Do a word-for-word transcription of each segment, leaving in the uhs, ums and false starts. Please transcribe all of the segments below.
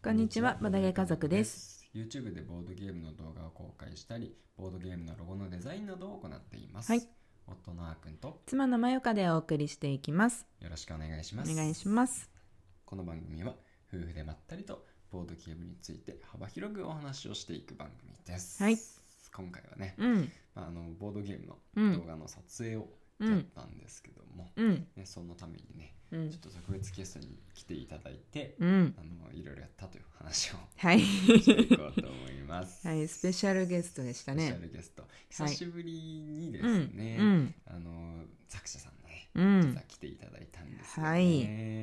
こんにちは、ボドゲ家族です。 YouTube でボードゲームの動画を公開したり、ボードゲームのロゴのデザインなどを行っています。 はい、 夫のあーくんと妻のまよかでお送りしていきます。 よろしくお願いします。 お願いします。 この番組は夫婦でまったりとボードゲームについて幅広くお話をしていく番組です。 はい、 今回はね、 うんまあ、あのボードゲームの動画の撮影をやったんですけども、 うんね、そのためにね、 うん、 ちょっと特別ゲストに来ていただいて、 うん、 あのいろいろやったという話をはいしていこうと思います。 はい、スペシャルゲストでしたね。 スペシャルゲスト、久しぶりにですね、 うんうん、 あの作者さんのね、 うん、 実は来ていただいたんですよね。 はい、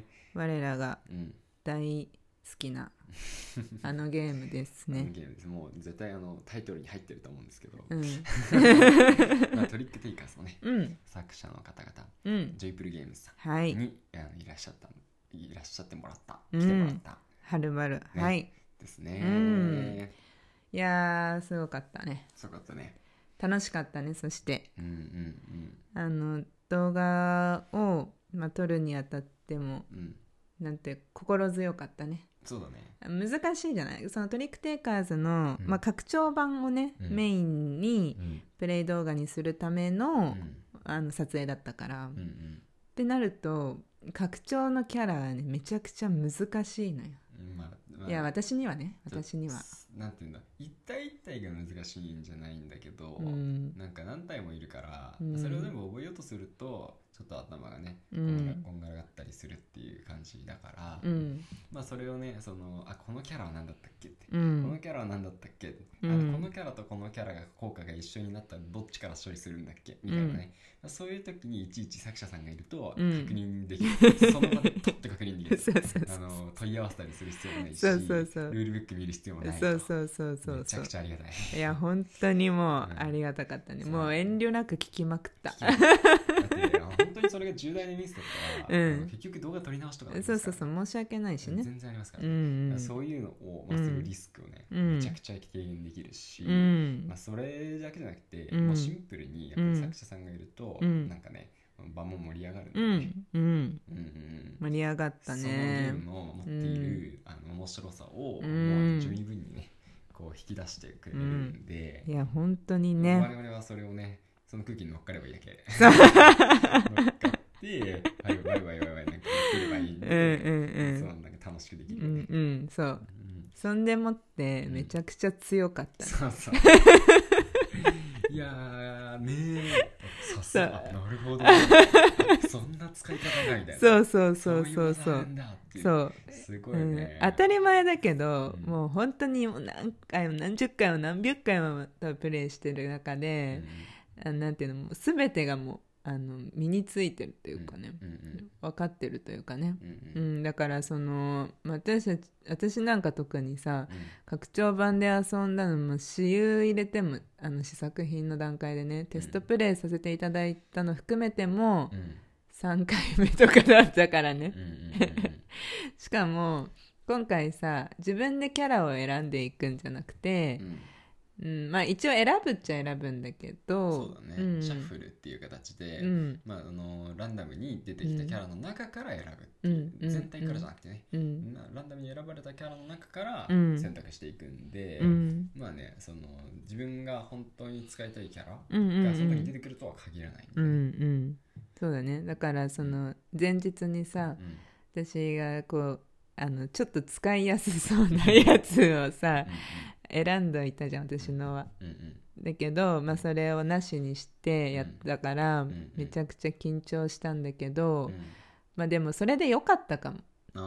我らがうん大好きなあのゲームですね。 あのゲームです。もう絶対あのタイトルに入ってると思うんですけど、 うんまあ、トリックテイカーズのね、うん、作者の方々、うん、ジョイプルゲームズさんに、はい、あのいらっしゃったいらっしゃってもらった来てもらった、 はるばる、ね、はいですね、 うん、いやーすごかったね。 すごかったね。 楽しかったね。そして、うんうんうん、 あの動画を、まあ、撮るにあたっても、うん、なんて心強かったね。 そうだね。 難しいじゃない。そのトリックテイカーズの、うんまあ、拡張版をね、うん、メインにプレイ動画にするための、うん、あの撮影だったから、うんうん、ってなると拡張のキャラはねめちゃくちゃ難しいのよ、うんまあまあ、いや私にはね私にはなんていうんだ一体一体が難しいんじゃないんだけど、うん、なんか何体もいるから、うん、それを全部覚えようとするとちょっと頭がねこんが、こんがらがったりするっていう感じだから、うん、まあそれをねそのあこのキャラは何だったっけって、うん、このキャラは何だったっけ、うん、あのこのキャラとこのキャラが効果が一緒になったらどっちから処理するんだっけみたいなね、うん、そういう時にいちいち作者さんがいると確認できる、うん、その場で取って確認できるそうそうそうあの問い合わせたりする必要もないしそうそうそうルールブック見る必要もないとそうそうそうそうめちゃくちゃありがたい。 いや本当にもうありがたかったね、うん、もう遠慮なく聞きまくっただって本当にそれが重大なミスだったら、うん、結局動画撮り直しとか、ね、 そうそうそう申し訳ないしね全然ありますから、ねうんうん、そういうのを、まあ、するリスクをね、うん、めちゃくちゃ軽減できるし、うんまあ、それだけじゃなくて、うん、もうシンプルにやっぱり作者さんがいると、うん、なんかね場も盛り上がるんだよね、うんうんうんうん、盛り上がったね。 そのゲームの持っている、うん、あの面白さを、うん、もう十二分にねこう引き出してくれるんで、 うん、いや本当にね我々はそれをねその空気に乗っかればいいだけ乗っかってワイワイワイワイワイなんかやってればいいんで、うんうんうん、そうなんか楽しくできるよね、 うんうん、そう、うん、そんでもってめちゃくちゃ強かった、ね、 そうそういやーねーさすがなるほどそんな使い方ないんだよ、ね、 そうそうそうそうそうそうすごいね、 うん、当たり前だけど、うん、もう本当に何回も何十回も何百回もプレイしてる中で、うん、あなんていうのもう全てがもうあの身についてるというかね、うんうんうん、分かってるというかね、うんうんうん、だからその私たち私なんか特にさ、うん、拡張版で遊んだのも私有入れてもあの試作品の段階でねテストプレイさせていただいたの含めても、うん、さんかいめとかだったからね、うんうんうん、しかも今回さ自分でキャラを選んでいくんじゃなくて、うんうんまあ、一応選ぶっちゃ選ぶんだけどそうだね、うん、シャッフルっていう形で、うんまあ、あのランダムに出てきたキャラの中から選ぶっていう、うん、全体からじゃなくてね、うん、ランダムに選ばれたキャラの中から選択していくんで、うん、まあねその自分が本当に使いたいキャラがその時に出てくるとは限らないんで、ねうんうん、 そうだね。だからその前日にさ、うん、私がこうあのちょっと使いやすそうなやつをさ、うんうん選んどいたじゃん私のは、うんうん、だけど、まあ、それをなしにしてやったから、うん、めちゃくちゃ緊張したんだけど、うんまあ、でもそれで良かったかも、うん、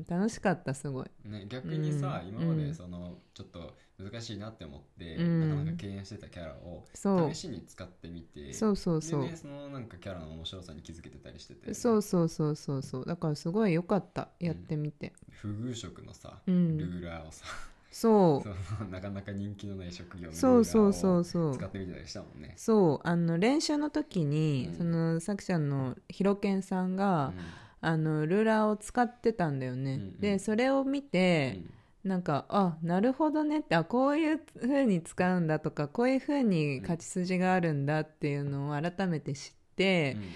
楽しかったすごい、 ね、逆にさ、うん、今までそのちょっと難しいなって思って、うん、なかなか敬遠してたキャラを試しに使ってみてそうそうそうで、ね、そのなんかキャラの面白さに気づけてたりしてて、ね、 そうそうそうそうそうだからすごい良かったやってみて、 うん、不遇色のさ、うん、ルーラーをさそうそうなかなか人気のない職業のルそうそーラうそうそーを使ってみたりしたもんね。 そうあの練習の時に、うん、その作者のひろけんさんが、うん、あのルーラーを使ってたんだよね、うんうん、でそれを見て、うん、なんかあなるほどねってあこういう風に使うんだとかこういう風に勝ち筋があるんだっていうのを改めて知って、うんうん、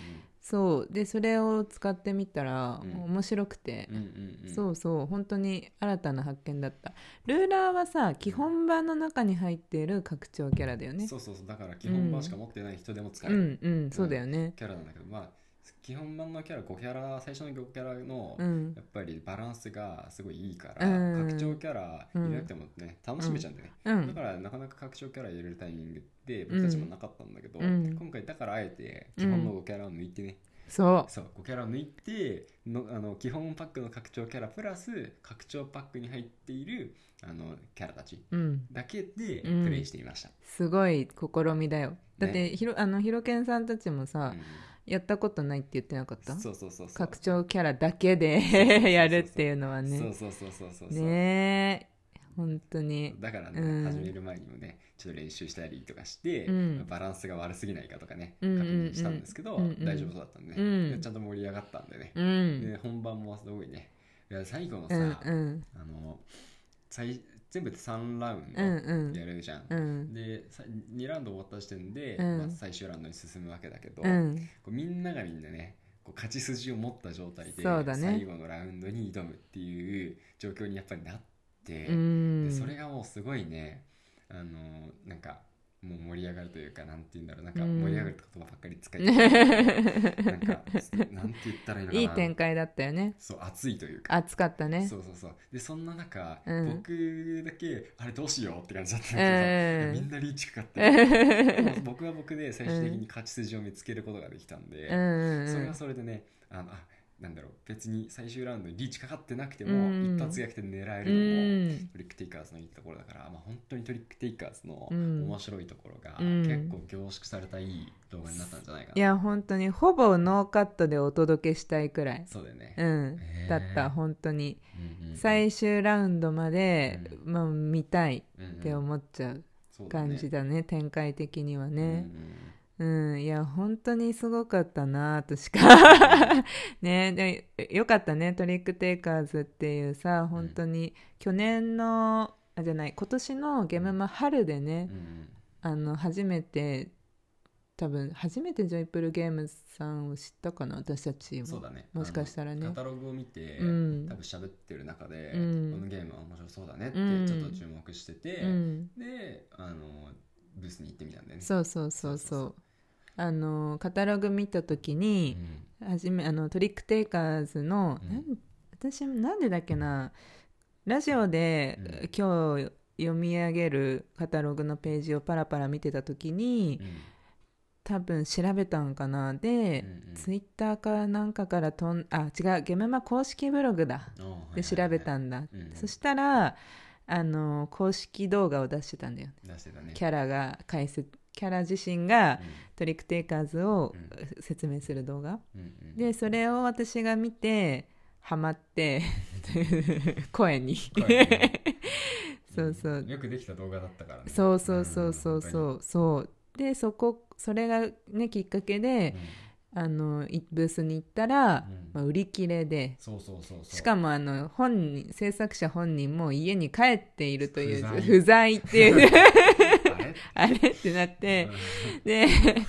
そうでそれを使ってみたらうん面白くて、 うんうんうん、 そうそう本当に新たな発見だった。ルーラーはさ基本版の中に入っている拡張キャラだよね。 そうそうそう、だから基本版しか持ってない人でも使えうる、 んうんそうだよね、 キャラなんだけど、まあ基本版のキャラごキャラ、最初のごキャラのうんやっぱりバランスがすごいいいから、 うん拡張キャラ入れなくてもね、楽しめちゃうんだよね、 うんだからなかなか拡張キャラ入れるタイミングって僕たちもなかったんだけど、 うん今回だからあえて基本のごキャラを抜いてね、 そうそうごキャラを抜いてのあの基本パックの拡張キャラプラス拡張パックに入っているあのキャラたちうんだけでうんプレイしてみました、 すごい試みだよ。だってねひろあのひろけんさんたちもさ、 うんやったことないって言ってなかった？ そうそうそうそう、 拡張キャラだけでやるっていうのはね。 そうそうそうそうそうそう、 ねえ本当に。 だからね、 うん始める前にもねちょっと練習したりとかして、 うんバランスが悪すぎないかとかねうん確認したんですけど、 うんうん大丈夫そうだったんでね、 うんでちゃんと盛り上がったんでね、 うんで本番もすごいね、いや最後のうさ、 んうんあの最全部でさんラウンうんドやるじゃん、 うんでさにラウンド終わった時点で、 うんまあ、最終ラウンドに進むわけだけど、 うんこうみんながみんなねこう勝ち筋を持った状態でそうだね最後のラウンドに挑むっていう状況にやっぱりなって、 うんでそれがもうすごいね、あのなんかもう盛り上がるというか、なんて言うんだろう、なんかうん盛り上がるって言葉ばっかり使いたいなんかなんて言ったらいいのかないい展開だったよね。 そう熱いというか、 熱かったね。 そうそうそう、でそんな中、 うん僕だけあれどうしようって感じだったんだうんけど、みんなリーチかかってでも僕は僕で最終的に勝ち筋を見つけることができたんで、 うんうんそれはそれでね、あのあなんだろう、別に最終ラウンドにリーチかかってなくても、 うん一発逆転狙えうるのも、 んトリックテイカーズのいいところだから、まあ、本当にトリックテイカーズのうん面白いところが、 うん結構凝縮されたいい動画になったんじゃないかな。 いや本当にほぼノーカットでお届けしたいくらい、 そうだよね、 うんへーだった本当に。 うんうんうん、 最終ラウンドまで、 うまあ、見たいうんうんって思っちゃうそうだね感じだね、展開的にはね。 うんうんうん、いや本当にすごかったなとしかねでよかったね。トリックテイカーズっていうさ本当に去年のあじゃない今年のゲームマ春でね、 うんうんあの初めて多分初めてジョイプルゲームさんを知ったかな私たちも。 そうだね、 もしかしたらねあのカタログを見て、 うん多分喋ってる中で、 うんこのゲームは面白そうだねってうんちょっと注目してて、 うん、 であのブースに行ってみたんだよね。 そうそうそうそうそうそうあのカタログ見た時に、はじめあのトリックテイカーズの、 うんなん私なんでだっけなラジオで、 うん今日読み上げるカタログのページをパラパラ見てた時に、 うん多分調べたんかなで、 うんうんツイッターかなんかからとんあ違うゲメマ公式ブログだあーはいはいはいで調べたんだ、 うんうんそしたらあの公式動画を出してたんだよね。 出してたね。 キャラが解説キャラ自身がうんトリックテイカーズをう説明する動画、 うんうんでそれを私が見てハマって声に声ねそうそうよくできた動画だったからね。 そうそうそうそうそうそうでそこそれがねきっかけでうん、 あのいブースに行ったら、 うんまあ、売り切れでそうそうそうそう。 しかもあの本人制作者本人も家に帰っているという不在不在っていうあれあれってなって、で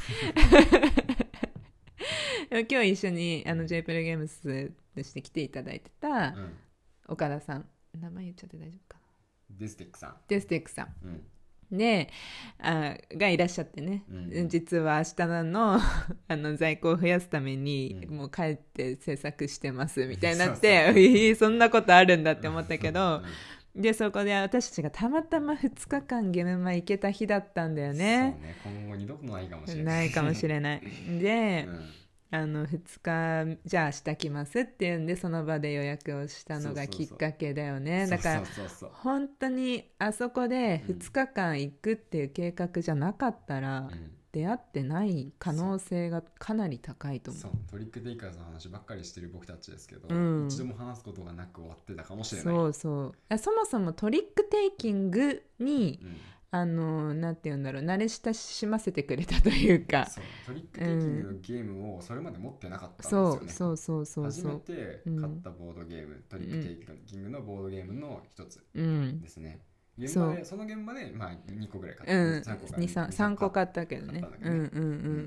今日一緒にあの ジェイプルゲームスとして来ていただいてたうんうん岡田さん、名前言っちゃって大丈夫かな、 デステックさん。 デステックさんうんであがいらっしゃってね、 うん実は明日のあの在庫を増やすために、 うんもう帰って制作してますみたいになっそうてそうそうえーそんなことあるんだって思ったけどうん、 でそこで私たちがたまたまふつかかんゲームマ行けた日だったんだよそうね。 ね、今後二度とないかもしれない。 ないかもしれないで、 うんあのふつかじゃあ明日来ますっていうんでその場で予約をしたのがきっかけだよね。だからそうそうそうそう本当にあそこでふつかかん行くっていう計画じゃなかったら、 うん出会ってない可能性がかなり高いと思う。 そうトリックテイカーズの話ばっかりしてる僕たちですけど、 うん一度も話すことがなく終わってたかもしれない。 そうそうあそもそもトリックテイキングに、 うんあのなんて言うんだろう慣れ親しませてくれたというか、 そうトリックテイキングのゲームをそれまで持ってなかったんですよね。 そうそうそうそう初めそうて買ったボードゲーム、トリックテイキングのボードゲームの一つうんですね。現場で そ, その現場で、まあ、にこぐらい買った、 うんさんこかにさんさんこ買ったけどね買ったんだけどねうんうんうん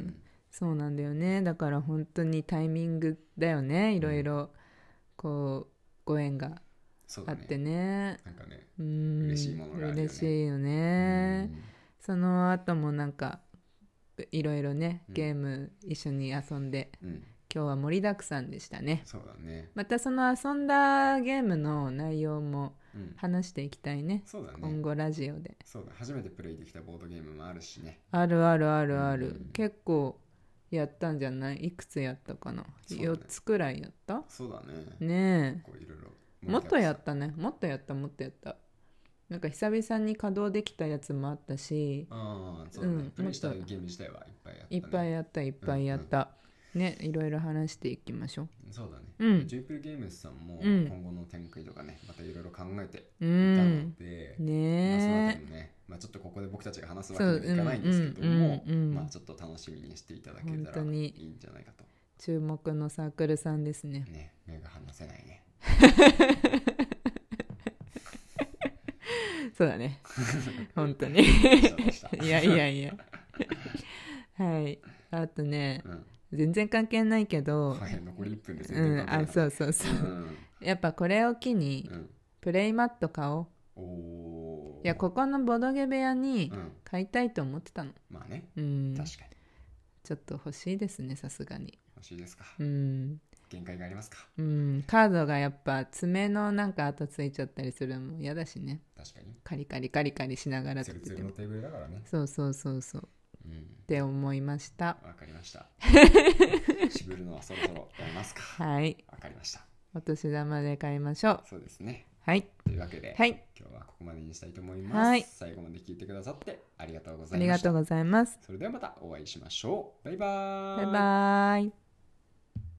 そうなんだよね。だから本当にタイミングだよね。いろいろこうご縁があってね。 なんかね、 うん、 嬉しいものがあるよね。 嬉しいよね。その後もなんかいろいろね、ゲーム一緒に遊んで、うん、今日は盛りだくさんでしたね。 そうだね。 またその遊んだゲームの内容も話していきたいね。 うん、そうだね。 今後ラジオで。 そうだ、初めてプレイできたボードゲームもあるしね。 あるあるあるある、うん、結構やったんじゃない？いくつやったかな、ね、よっつくらいやった？ そうだね。 ねえ、 こういろいろもっとやったね。もっとやったもっとやったなんか久々に稼働できたやつもあったし、 ああ、そうだね、うん、プレイしたゲーム自体はいっぱいやった、ね、 いっぱいやったいっぱいやった、うんうん、ね、いろいろ話していきましょう。 そうだね、 うん、 ジュイプルゲームズさんも今後の展開とかね、またいろいろ考えていたので、 うん、ねえ、 まあ、そのあたりもね、まあ、ちょっとここで僕たちが話すわけにはいかないんですけども、うんうんうんうん、まあ、ちょっと楽しみにしていただけたらいいんじゃないかと。 注目のサークルさんですね。 ね、目が離せないね。 そうだね。本当に。いやいやいや。はい。あとね、うん、全然関係ないけど、 はい、残りいっぷんで全然関係ない。うん、あ、そうそうそう。うん、やっぱこれを機に、うん、プレイマット買おう。おいや、ここのボドゲ部屋に買いたいと思ってたの。 うん、まあね、 うん、 確かに。 ちょっと欲しいですね、さすがに。 欲しいですか。 うん。 限界がありますか。 うん、カードがやっぱ爪のなんか跡ついちゃったりするのも嫌だしね。 確かに。 カリカリカリカリしながらツルツルのテーブルだからね。 そうそうそうそう、うん、って思いました。 わかりました。渋るのはそろそろやりますか。 はい、 わかりました。 お年玉で買いましょう。 そうですね。 はい。 というわけで、 はい、 今日はここまでにしたいと思います。 はい、 最後まで聞いてくださってありがとうございました。 ありがとうございます。 それではまたお会いしましょう。バイバーイ。 バイバーイ。